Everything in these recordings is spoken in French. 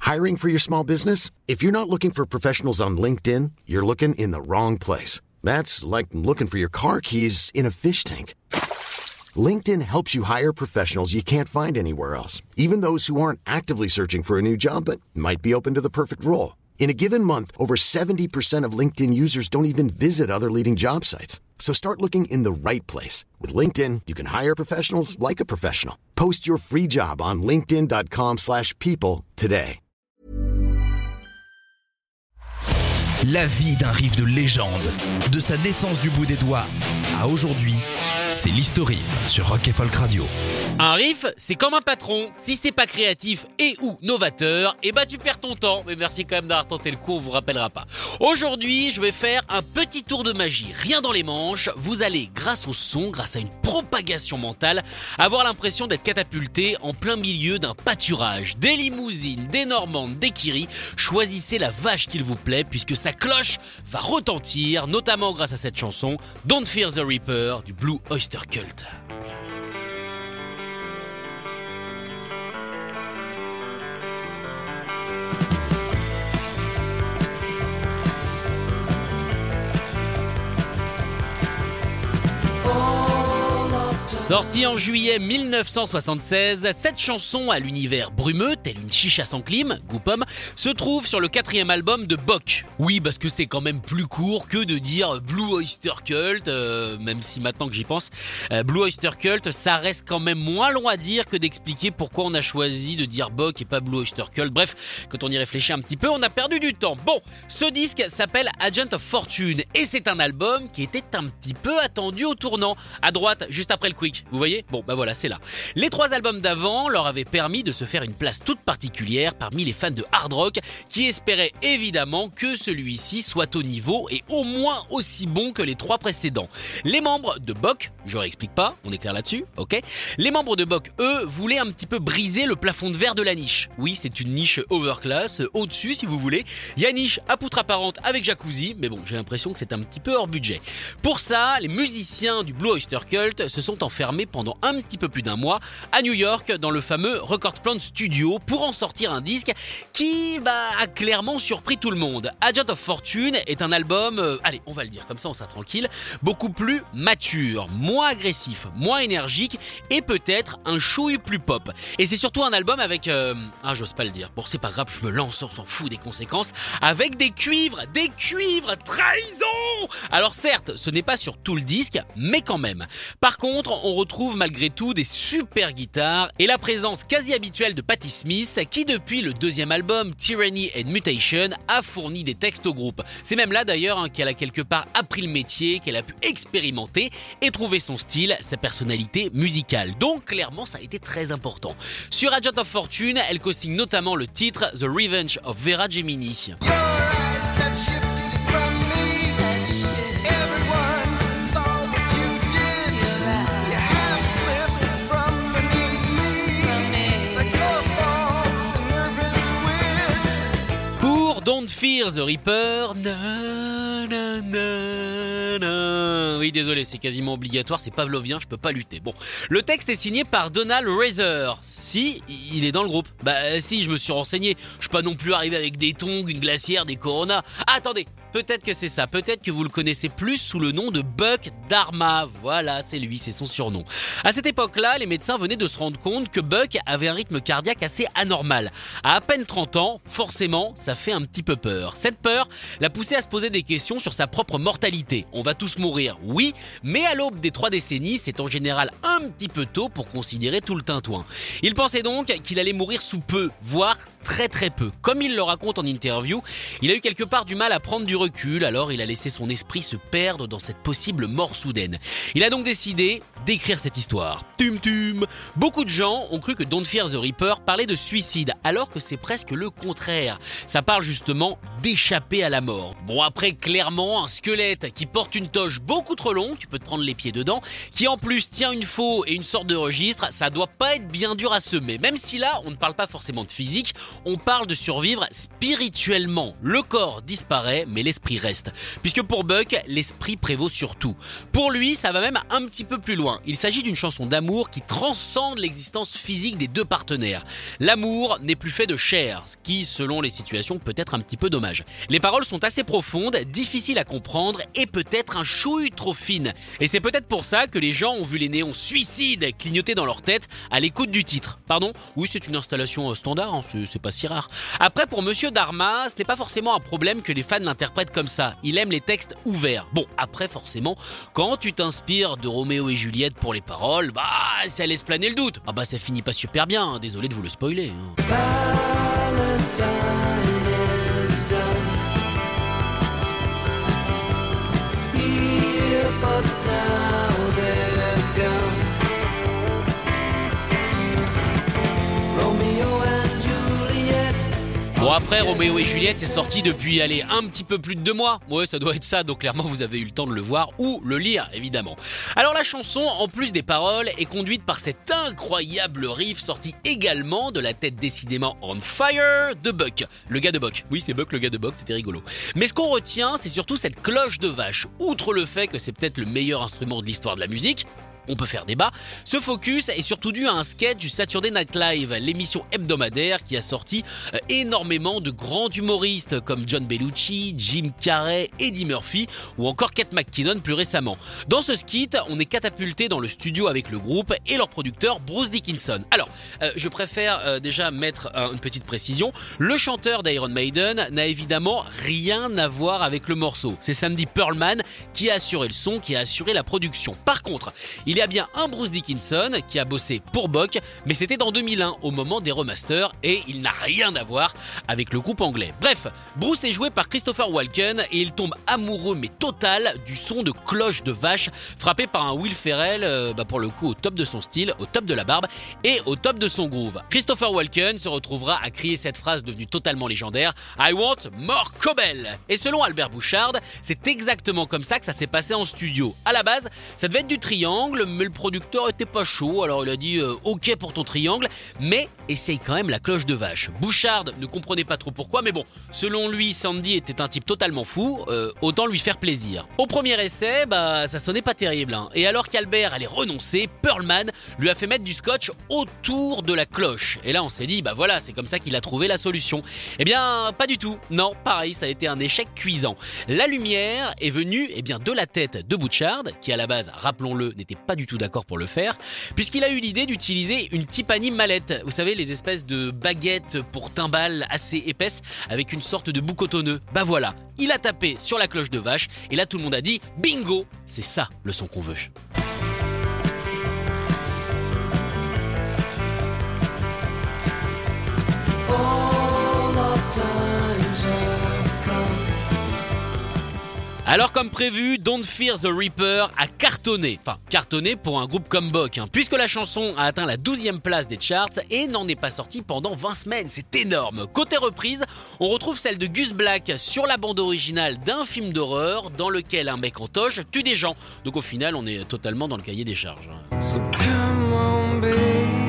Hiring for your small business? If you're not looking for professionals on LinkedIn, you're looking in the wrong place. That's like looking for your car keys in a fish tank. LinkedIn helps you hire professionals you can't find anywhere else, even those who aren't actively searching for a new job but might be open to the perfect role. In a given month, over 70% of LinkedIn users don't even visit other leading job sites. So start looking in the right place. With LinkedIn, you can hire professionals like a professional. Post your free job on linkedin.com/people today. La vie d'un riff de légende, de sa naissance du bout des doigts à aujourd'hui, c'est l'Histo-Riff sur Rock & Folk Radio. Un riff, c'est comme un patron. Si c'est pas créatif et ou novateur, tu perds ton temps. Mais merci quand même d'avoir tenté le coup, on vous rappellera pas. Aujourd'hui, je vais faire un petit tour de magie. Rien dans les manches. Vous allez, grâce au son, grâce à une propagation mentale, avoir l'impression d'être catapulté en plein milieu d'un pâturage. Des limousines, des normandes, des kiris. Choisissez la vache qu'il vous plaît, puisque sa cloche va retentir, notamment grâce à cette chanson Don't Fear the Reaper du Blue Oyster Cult. Sortie en juillet 1976, cette chanson à l'univers brumeux, telle une chicha sans clim, goût pomme, se trouve sur le 4e album de Bock. Oui, parce que c'est quand même plus court que de dire Blue Oyster Cult, même si maintenant que j'y pense, Blue Oyster Cult, ça reste quand même moins long à dire que d'expliquer pourquoi on a choisi de dire Bock et pas Blue Oyster Cult. Bref, quand on y réfléchit un petit peu, on a perdu du temps. Bon, ce disque s'appelle Agent of Fortune et c'est un album qui était un petit peu attendu au tournant. À droite, juste après le quick. Vous voyez ? Bon, voilà, c'est là. Les 3 albums d'avant leur avaient permis de se faire une place toute particulière parmi les fans de hard rock qui espéraient évidemment que celui-ci soit au niveau et au moins aussi bon que les 3 précédents. Les membres de Bock, je réexplique pas, on est clair là-dessus, ok ? Les membres de Bock, eux, voulaient un petit peu briser le plafond de verre de la niche. Oui, c'est une niche overclass, au-dessus si vous voulez. Il y a niche à poutre apparente avec jacuzzi, mais bon, j'ai l'impression que c'est un petit peu hors budget. Pour ça, les musiciens du Blue Oyster Cult se sont enfermés pendant un petit peu plus d'un mois à New York dans le fameux Record Plant Studio pour en sortir un disque qui a clairement surpris tout le monde. Agent of Fortune est un album, allez, on va le dire comme ça, on sera tranquille, beaucoup plus mature, moins agressif, moins énergique et peut-être un chouille plus pop. Et c'est surtout un album avec, j'ose pas le dire, bon c'est pas grave, je me lance, on s'en fout des conséquences, avec des cuivres, trahison. Alors certes, ce n'est pas sur tout le disque, mais quand même. Par contre, on retrouve malgré tout des super guitares et la présence quasi habituelle de Patti Smith qui depuis le 2e album Tyranny and Mutation a fourni des textes au groupe. C'est même là d'ailleurs qu'elle a quelque part appris le métier, qu'elle a pu expérimenter et trouver son style, sa personnalité musicale. Donc clairement ça a été très important. Sur Agent of Fortune, elle co-signe notamment le titre The Revenge of Vera Gemini. Don't Fear the Reaper. Oui, désolé, c'est quasiment obligatoire, c'est pavlovien, je peux pas lutter. Bon, le texte est signé par Donald Razor. Si, il est dans le groupe. Si, je me suis renseigné. Je suis pas non plus arrivé avec des tongs, une glacière, des Corona. Ah, attendez, peut-être que c'est ça. Peut-être que vous le connaissez plus sous le nom de Buck Dharma. Voilà, c'est lui, c'est son surnom. À cette époque-là, les médecins venaient de se rendre compte que Buck avait un rythme cardiaque assez anormal. À peine 30 ans, forcément, ça fait un petit peu peur. Cette peur l'a poussé à se poser des questions sur sa propre mortalité. On va tous mourir, oui, mais à l'aube des 3 décennies, c'est en général un petit peu tôt pour considérer tout le tintouin. Il pensait donc qu'il allait mourir sous peu, voire très très peu. Comme il le raconte en interview, il a eu quelque part du mal à prendre du recul, alors il a laissé son esprit se perdre dans cette possible mort soudaine. Il a donc décidé d'écrire cette histoire. Beaucoup de gens ont cru que Don't Fear the Reaper parlait de suicide, alors que c'est presque le contraire. Ça parle justement d'échapper à la mort. Bon, après, clairement, un squelette qui porte une toge beaucoup trop longue, tu peux te prendre les pieds dedans, qui en plus tient une faux et une sorte de registre, ça doit pas être bien dur à semer. Même si là, on ne parle pas forcément de physique, on parle de survivre spirituellement. Le corps disparaît, mais l'esprit reste. Puisque pour Buck, l'esprit prévaut sur tout. Pour lui, ça va même un petit peu plus loin. refrain. Il s'agit d'une chanson d'amour qui transcende l'existence physique des deux partenaires. L'amour n'est plus fait de chair, ce qui, selon les situations, peut être un petit peu dommage. Les paroles sont assez profondes, difficiles à comprendre et peut-être un chouille trop fines. Et c'est peut-être pour ça que les gens ont vu les néons suicides clignoter dans leur tête à l'écoute du titre. Pardon ? Oui, c'est une installation standard, hein, c'est pas si rare. Après, pour Monsieur Dharma, ce n'est pas forcément un problème que les fans l'interprètent comme ça. Il aime les textes ouverts. Bon, après, forcément, quand tu t'inspires de Roméo et Juliette pour les paroles, ça laisse planer le doute. Ça finit pas super bien, hein. Désolé de vous le spoiler. Bon, après, Roméo et Juliette, c'est sorti depuis, un petit peu plus de 2 mois. Ouais, ça doit être ça, donc clairement, vous avez eu le temps de le voir ou le lire, évidemment. Alors, la chanson, en plus des paroles, est conduite par cet incroyable riff sorti également de la tête décidément on fire de Buck. Le gars de Buck. Oui, c'est Buck, le gars de Buck, c'était rigolo. Mais ce qu'on retient, c'est surtout cette cloche de vache. Outre le fait que c'est peut-être le meilleur instrument de l'histoire de la musique, on peut faire débat. Ce focus est surtout dû à un sketch du Saturday Night Live, l'émission hebdomadaire qui a sorti énormément de grands humoristes comme John Belushi, Jim Carrey, Eddie Murphy ou encore Kate McKinnon plus récemment. Dans ce skit, on est catapulté dans le studio avec le groupe et leur producteur Bruce Dickinson. Alors, je préfère déjà mettre une petite précision. Le chanteur d'Iron Maiden n'a évidemment rien à voir avec le morceau. C'est Sandy Pearlman qui a assuré le son, qui a assuré la production. Par contre, il y a bien un Bruce Dickinson qui a bossé pour Buck, mais c'était dans 2001 au moment des remasters et il n'a rien à voir avec le groupe anglais. Bref, Bruce est joué par Christopher Walken et il tombe amoureux mais total du son de cloche de vache frappé par un Will Ferrell pour le coup au top de son style, au top de la barbe et au top de son groove. Christopher Walken se retrouvera à crier cette phrase devenue totalement légendaire « I want more Cobel ». Et selon Albert Bouchard, c'est exactement comme ça que ça s'est passé en studio. À la base, ça devait être du triangle, mais le producteur était pas chaud, alors il a dit ok pour ton triangle, mais essaye quand même la cloche de vache. Bouchard ne comprenait pas trop pourquoi, mais bon, selon lui, Sandy était un type totalement fou, autant lui faire plaisir. Au premier essai, ça sonnait pas terrible, hein. Et alors qu'Albert allait renoncer, Pearlman lui a fait mettre du scotch autour de la cloche. Et là, on s'est dit, voilà, c'est comme ça qu'il a trouvé la solution. Eh bien, pas du tout. Non, pareil, ça a été un échec cuisant. La lumière est venue, de la tête de Bouchard, qui à la base, rappelons-le, n'était pas du tout d'accord pour le faire, puisqu'il a eu l'idée d'utiliser une Tiffany mallette. Vous savez, les espèces de baguettes pour timbales assez épaisses avec une sorte de bout cotonneux. Voilà, il a tapé sur la cloche de vache et là tout le monde a dit bingo, c'est ça le son qu'on veut. Alors comme prévu, Don't Fear the Reaper a cartonné. Enfin, cartonné pour un groupe comme Buck, puisque la chanson a atteint la 12e place des charts et n'en est pas sortie pendant 20 semaines. C'est énorme. Côté reprise, on retrouve celle de Gus Black sur la bande originale d'un film d'horreur dans lequel un mec en toge tue des gens. Donc au final, on est totalement dans le cahier des charges. So come on, baby,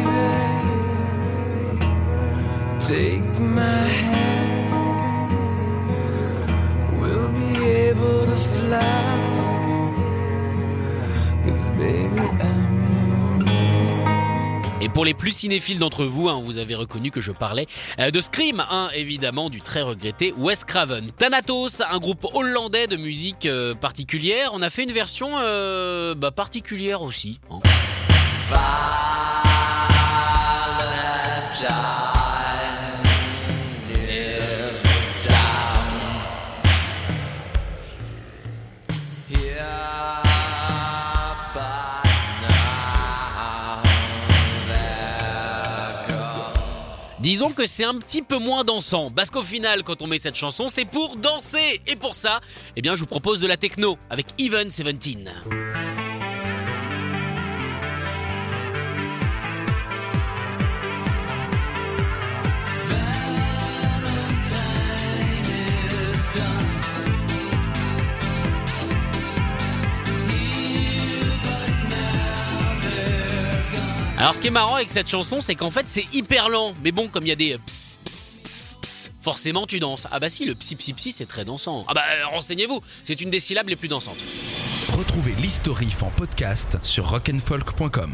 take my hand, we'll be able to fly, 'cause baby I'm... Et pour les plus cinéphiles d'entre vous, vous avez reconnu que je parlais de Scream, évidemment du très regretté Wes Craven. Thanatos, un groupe hollandais de musique particulière, on a fait une version particulière aussi. Disons que c'est un petit peu moins dansant, parce qu'au final, quand on met cette chanson, c'est pour danser. Et pour ça, je vous propose de la techno avec Even 17. Alors ce qui est marrant avec cette chanson, c'est qu'en fait c'est hyper lent. Mais bon, comme il y a des ps, ps, ps, ps, forcément tu danses. Si, le psi psi psi c'est très dansant. Renseignez-vous, c'est une des syllabes les plus dansantes. Retrouvez l'Historif en podcast sur rockandfolk.com.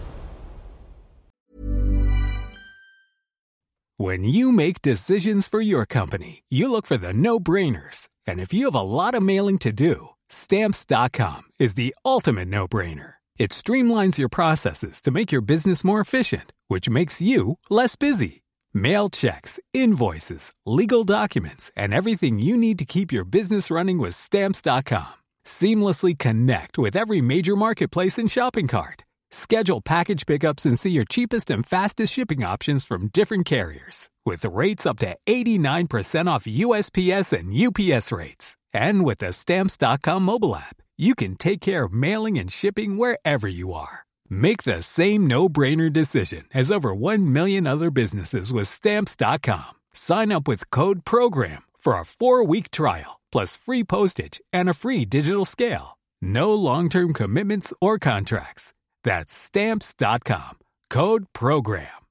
When you make decisions for your company, you look for the no-brainers. And if you have a lot of mailing to do, Stamps.com is the ultimate no-brainer. It streamlines your processes to make your business more efficient, which makes you less busy. Mail checks, invoices, legal documents, and everything you need to keep your business running with Stamps.com. Seamlessly connect with every major marketplace and shopping cart. Schedule package pickups and see your cheapest and fastest shipping options from different carriers. With rates up to 89% off USPS and UPS rates. And with the Stamps.com mobile app, you can take care of mailing and shipping wherever you are. Make the same no-brainer decision as over 1 million other businesses with Stamps.com. Sign up with code PROGRAM for a 4-week trial, plus free postage and a free digital scale. No long-term commitments or contracts. That's Stamps.com. Code PROGRAM.